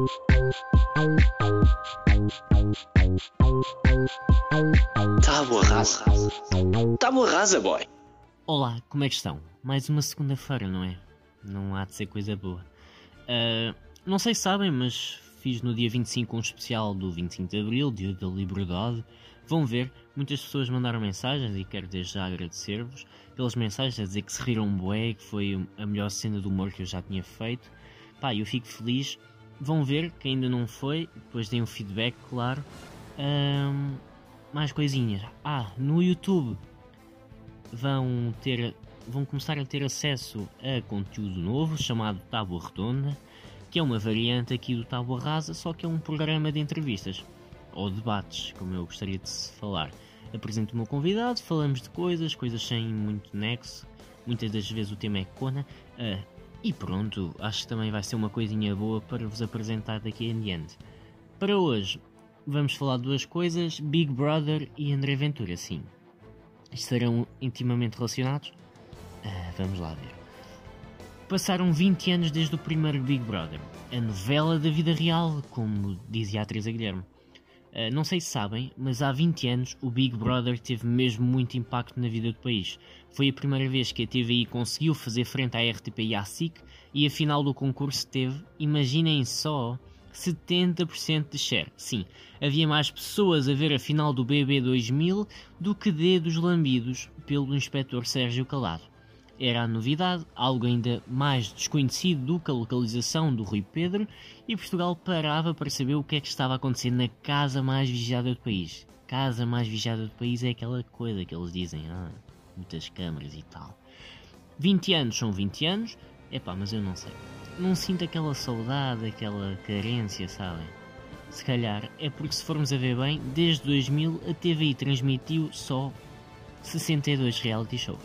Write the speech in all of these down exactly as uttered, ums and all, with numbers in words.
Tábua rasa. Tábua rasa, boy. Olá, como é que estão? Mais uma segunda-feira, não é? Não há de ser coisa boa. Uh, não sei se sabem, mas fiz no dia vinte e cinco um especial do vinte e cinco de Abril, Dia da Liberdade. Vão ver, muitas pessoas mandaram mensagens e quero desde já agradecer-vos pelas mensagens a dizer que se riram bué, que foi a melhor cena de humor que eu já tinha feito. Pá, eu fico feliz. Vão ver, que ainda não foi, depois deem um feedback, claro. Um, mais coisinhas. Ah, no YouTube vão ter, vão começar a ter acesso a conteúdo novo chamado Tábua Redonda, que é uma variante aqui do Tábua Rasa, só que é um programa de entrevistas ou debates, como eu gostaria de se falar. Apresento o meu convidado, falamos de coisas, coisas sem muito nexo, muitas das vezes o tema é Cona, uh, e pronto, acho que também vai ser uma coisinha boa para vos apresentar daqui em diante. Para hoje, vamos falar de duas coisas, Big Brother e André Ventura, sim. Estarão intimamente relacionados? Uh, vamos lá ver. Passaram vinte anos desde o primeiro Big Brother, a novela da vida real, como dizia a Teresa Guilherme. Uh, não sei se sabem, mas há vinte anos o Big Brother teve mesmo muito impacto na vida do país. Foi a primeira vez que a T V I conseguiu fazer frente à R T P e à S I C, e a final do concurso teve, imaginem só, setenta por cento de share. Sim, havia mais pessoas a ver a final do B B dois mil do que de dos lambidos pelo inspetor Sérgio Calado. Era a novidade, algo ainda mais desconhecido do que a localização do Rui Pedro, e Portugal parava para saber o que é que estava a acontecer na casa mais vigiada do país. Casa mais vigiada do país é aquela coisa que eles dizem, ah, muitas câmaras e tal. vinte anos são vinte anos, epá, mas eu não sei. Não sinto aquela saudade, aquela carência, sabem? Se calhar é porque, se formos a ver bem, desde dois mil a T V I transmitiu só sessenta e dois reality shows.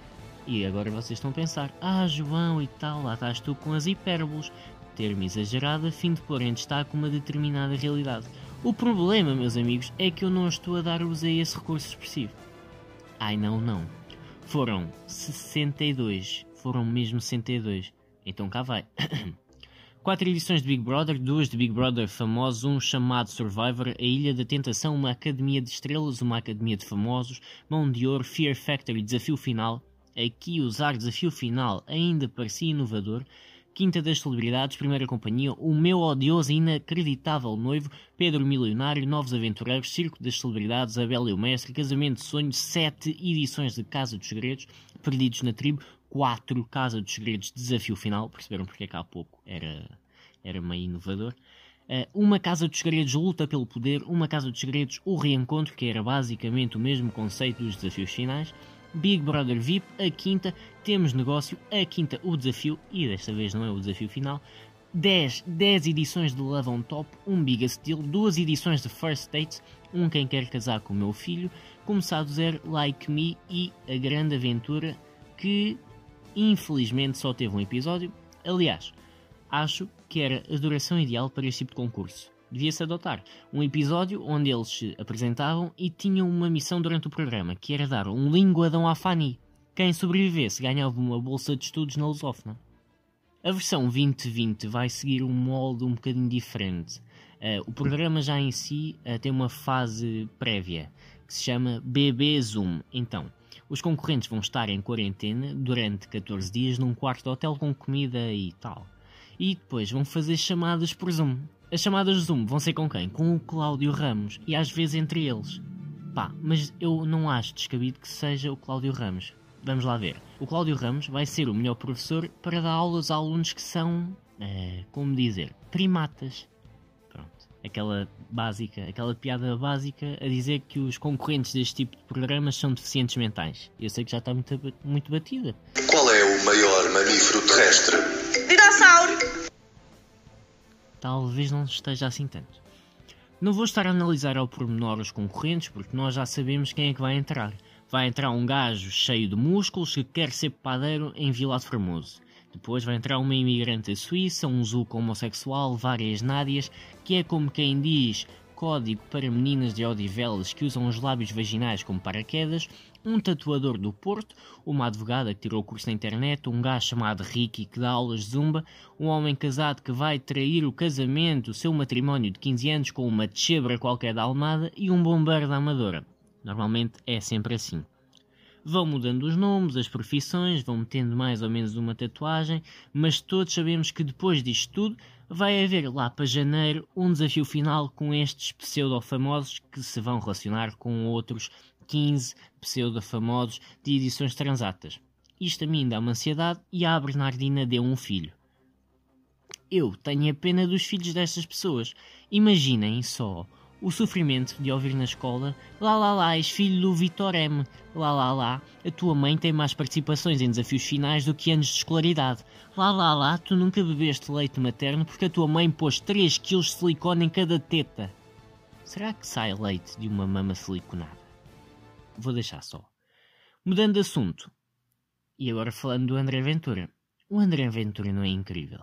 E agora vocês estão a pensar, ah João e tal, lá estás tu com as hipérboles, termo exagerado a fim de pôr em destaque uma determinada realidade. O problema, meus amigos, é que eu não estou a dar-vos a esse recurso expressivo. Ai não, não. Foram sessenta e dois, foram mesmo sessenta e dois. Então cá vai. Quatro edições de Big Brother, duas de Big Brother famosos, um chamado Survivor, a Ilha da Tentação, uma Academia de Estrelas, uma Academia de Famosos, Mão de Ouro, Fear Factory, Desafio Final. Aqui usar Desafio Final ainda parecia inovador. Quinta das Celebridades, Primeira Companhia, O Meu Odioso e Inacreditável Noivo, Pedro Milionário, Novos Aventureiros, Circo das Celebridades, A Bela e o Mestre, Casamento de Sonho, sete edições de Casa dos Segredos, Perdidos na Tribo, quatro Casa dos Segredos, Desafio Final, perceberam porque é que há pouco era, era meio inovador. Uh, uma Casa dos Segredos, Luta pelo Poder, uma Casa dos Segredos, O Reencontro, que era basicamente o mesmo conceito dos desafios finais. Big Brother V I P, a quinta, Temos Negócio, a quinta, o desafio, e desta vez não é o desafio final. dez, dez edições de Love on Top, um Biggest Deal, duas edições de First Dates, um Quem Quer Casar com o Meu Filho, Começar do Zero, Like Me e A Grande Aventura, que infelizmente só teve um episódio. Aliás, acho que era a duração ideal para este tipo de concurso. Devia-se adotar um episódio onde eles se apresentavam e tinham uma missão durante o programa, que era dar um linguadão à Fanny. Quem sobrevivesse ganhava uma bolsa de estudos na lusófona. A versão vinte vinte vai seguir um molde um bocadinho diferente. Uh, o programa já em si uh, tem uma fase prévia, que se chama B B Zoom. Então, os concorrentes vão estar em quarentena durante catorze dias num quarto de hotel com comida e tal. E depois vão fazer chamadas por Zoom. As chamadas de Zoom vão ser com quem? Com o Cláudio Ramos, e às vezes entre eles. Pá, mas eu não acho descabido que seja o Cláudio Ramos. Vamos lá ver. O Cláudio Ramos vai ser o melhor professor para dar aulas a alunos que são, é, como dizer, primatas. Pronto. Aquela básica, aquela piada básica a dizer que os concorrentes deste tipo de programas são deficientes mentais. Eu sei que já está muito, muito batida. Qual é o maior mamífero terrestre? Dinossauro! Talvez não esteja assim tanto. Não vou estar a analisar ao pormenor os concorrentes, porque nós já sabemos quem é que vai entrar. Vai entrar um gajo cheio de músculos que quer ser padeiro em Vila de Formoso. Depois vai entrar uma imigrante suíça, um zuco homossexual, várias nádias, que é como quem diz código para meninas de Odivelas que usam os lábios vaginais como paraquedas, um tatuador do Porto, uma advogada que tirou o curso na internet, um gajo chamado Ricky que dá aulas de zumba, um homem casado que vai trair o casamento, o seu matrimónio de quinze anos com uma tchebra qualquer da Almada e um bombeiro da Amadora. Normalmente é sempre assim. Vão mudando os nomes, as profissões, vão metendo mais ou menos uma tatuagem, mas todos sabemos que depois disto tudo vai haver lá para janeiro um desafio final com estes pseudo-famosos que se vão relacionar com outros quinze pseudo-famosos de edições transatas. Isto a mim dá uma ansiedade e à Bernardina deu um filho. Eu tenho a pena dos filhos destas pessoas. Imaginem só o sofrimento de ouvir na escola: lá lá lá, és filho do Vitor M. Lá lá lá, a tua mãe tem mais participações em desafios finais do que anos de escolaridade. Lá lá lá, tu nunca bebeste leite materno porque a tua mãe pôs três quilos de silicone em cada teta. Será que sai leite de uma mama siliconada? Vou deixar só. Mudando de assunto. E agora falando do André Ventura. O André Ventura não é incrível?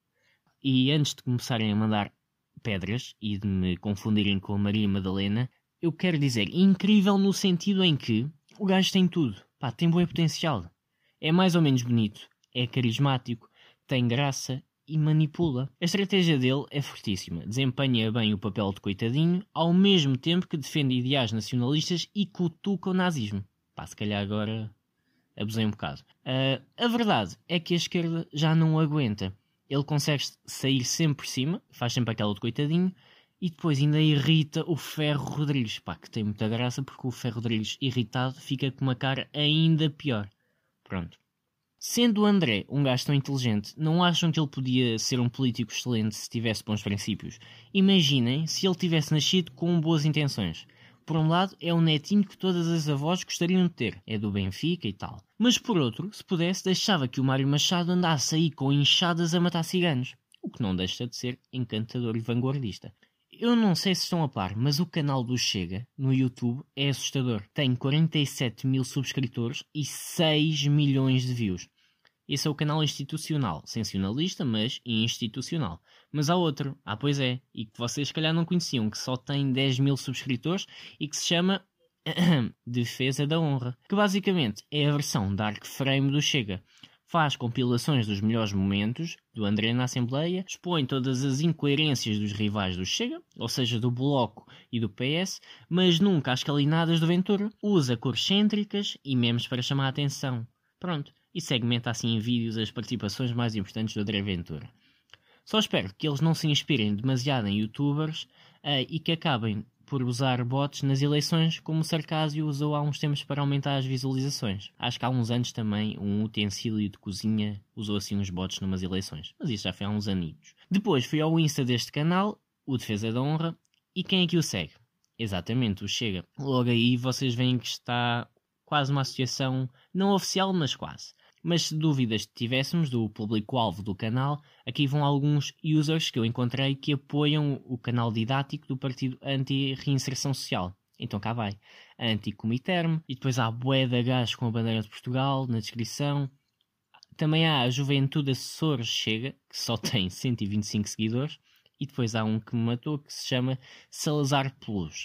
E antes de começarem a mandar pedras e de me confundirem com a Maria Madalena, eu quero dizer incrível no sentido em que o gajo tem tudo. Pá, tem bom potencial. É mais ou menos bonito, é carismático, tem graça e manipula. A estratégia dele é fortíssima. Desempenha bem o papel de coitadinho, ao mesmo tempo que defende ideais nacionalistas e cutuca o nazismo. Pá, se calhar agora abusei um bocado. Uh, a verdade é que a esquerda já não aguenta. Ele consegue sair sempre por cima, faz sempre aquela de coitadinho, e depois ainda irrita o Ferro Rodrigues. Pá, que tem muita graça porque o Ferro Rodrigues irritado fica com uma cara ainda pior. Pronto. Sendo o André um gajo tão inteligente, não acham que ele podia ser um político excelente se tivesse bons princípios? Imaginem se ele tivesse nascido com boas intenções. Por um lado, é um netinho que todas as avós gostariam de ter. É do Benfica e tal. Mas por outro, se pudesse, deixava que o Mário Machado andasse aí com enxadas a matar ciganos. O que não deixa de ser encantador e vanguardista. Eu não sei se estão a par, mas o canal do Chega, no YouTube, é assustador. Tem quarenta e sete mil subscritores e seis milhões de views. Esse é o canal institucional, sensacionalista, mas institucional. Mas há outro, ah pois é, e que vocês se calhar não conheciam, que só tem dez mil subscritores e que se chama Defesa da Honra, que basicamente é a versão dark frame do Chega. Faz compilações dos melhores momentos do André na Assembleia, expõe todas as incoerências dos rivais do Chega, ou seja, do Bloco e do P S, mas nunca as calinadas do Ventura. Usa cores cêntricas e memes para chamar a atenção. Pronto, e segmenta assim em vídeos as participações mais importantes do André Ventura. Só espero que eles não se inspirem demasiado em youtubers uh, e que acabem por usar bots nas eleições, como o Sarcásio usou há uns tempos para aumentar as visualizações. Acho que há uns anos também um utensílio de cozinha usou assim uns bots numas eleições. Mas isso já foi há uns aninhos. Depois fui ao Insta deste canal, o Defesa da Honra, e quem é que o segue? Exatamente, o Chega. Logo aí vocês veem que está quase uma associação, não oficial, mas quase. Mas se dúvidas tivéssemos do público-alvo do canal, aqui vão alguns users que eu encontrei que apoiam o canal didático do Partido Anti-Reinserção Social. Então cá vai. Anti-Comiterme, e depois há bué de gajos com a bandeira de Portugal na descrição. Também há a Juventude Assessores Chega, que só tem cento e vinte e cinco seguidores. E depois há um que me matou que se chama Salazar Plus,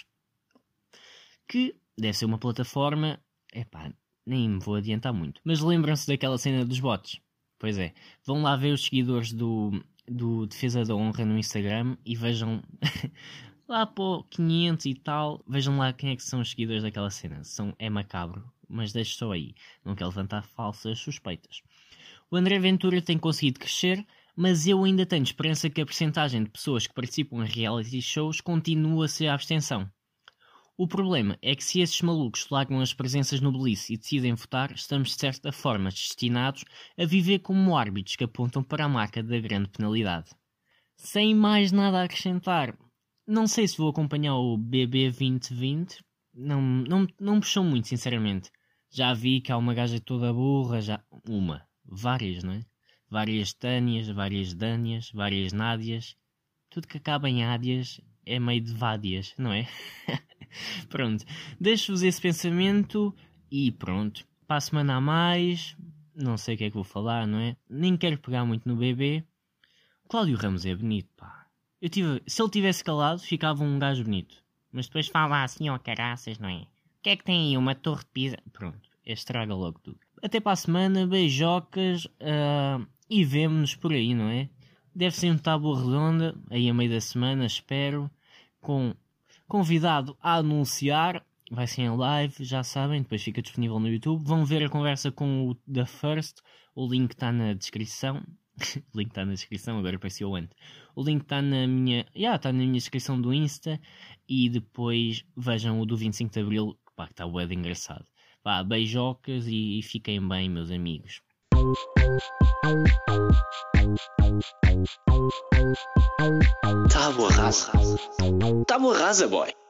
que deve ser uma plataforma... Epá, nem me vou adiantar muito. Mas lembram-se daquela cena dos bots? Pois é. Vão lá ver os seguidores do, do Defesa da Honra no Instagram e vejam lá para quinhentos e tal. Vejam lá quem é que são os seguidores daquela cena. São, é macabro, mas deixo só aí. Não quero levantar falsas suspeitas. O André Ventura tem conseguido crescer, mas eu ainda tenho esperança que a percentagem de pessoas que participam em reality shows continue a ser a abstenção. O problema é que se esses malucos largam as presenças no belice e decidem votar, estamos de certa forma destinados a viver como árbitros que apontam para a marca da grande penalidade. Sem mais nada a acrescentar, não sei se vou acompanhar o B B vinte vinte, não, não, não me puxou muito sinceramente. Já vi que há uma gaja toda burra, já... uma, várias, não é? Várias Tânias, várias Dânias, várias Nádias, tudo que acaba em Ádias é meio de Vádias, não é? Pronto, deixo-vos esse pensamento e pronto. Para a semana a mais, não sei o que é que vou falar, não é? Nem quero pegar muito no bebê. Cláudio Ramos é bonito, pá. Eu tive, se ele tivesse calado, ficava um gajo bonito. Mas depois fala assim, ó caraças, não é? O que é que tem aí? Uma torre de pisa? Pronto, estraga logo tudo. Até para a semana, beijocas uh, e vemo-nos por aí, não é? Deve ser um tábua redonda, aí a meio da semana, espero, com convidado a anunciar. Vai ser em live, já sabem, depois fica disponível no YouTube. Vão ver a conversa com o The First, o link está na descrição. O link está na descrição, agora apareceu antes. O link está na minha. Já, yeah, está na minha descrição do Insta. E depois vejam o do vinte e cinco de Abril, que pá, está bué de engraçado. Vá, beijocas e, e fiquem bem, meus amigos. Tábua rasa. Tábua rasa, boy.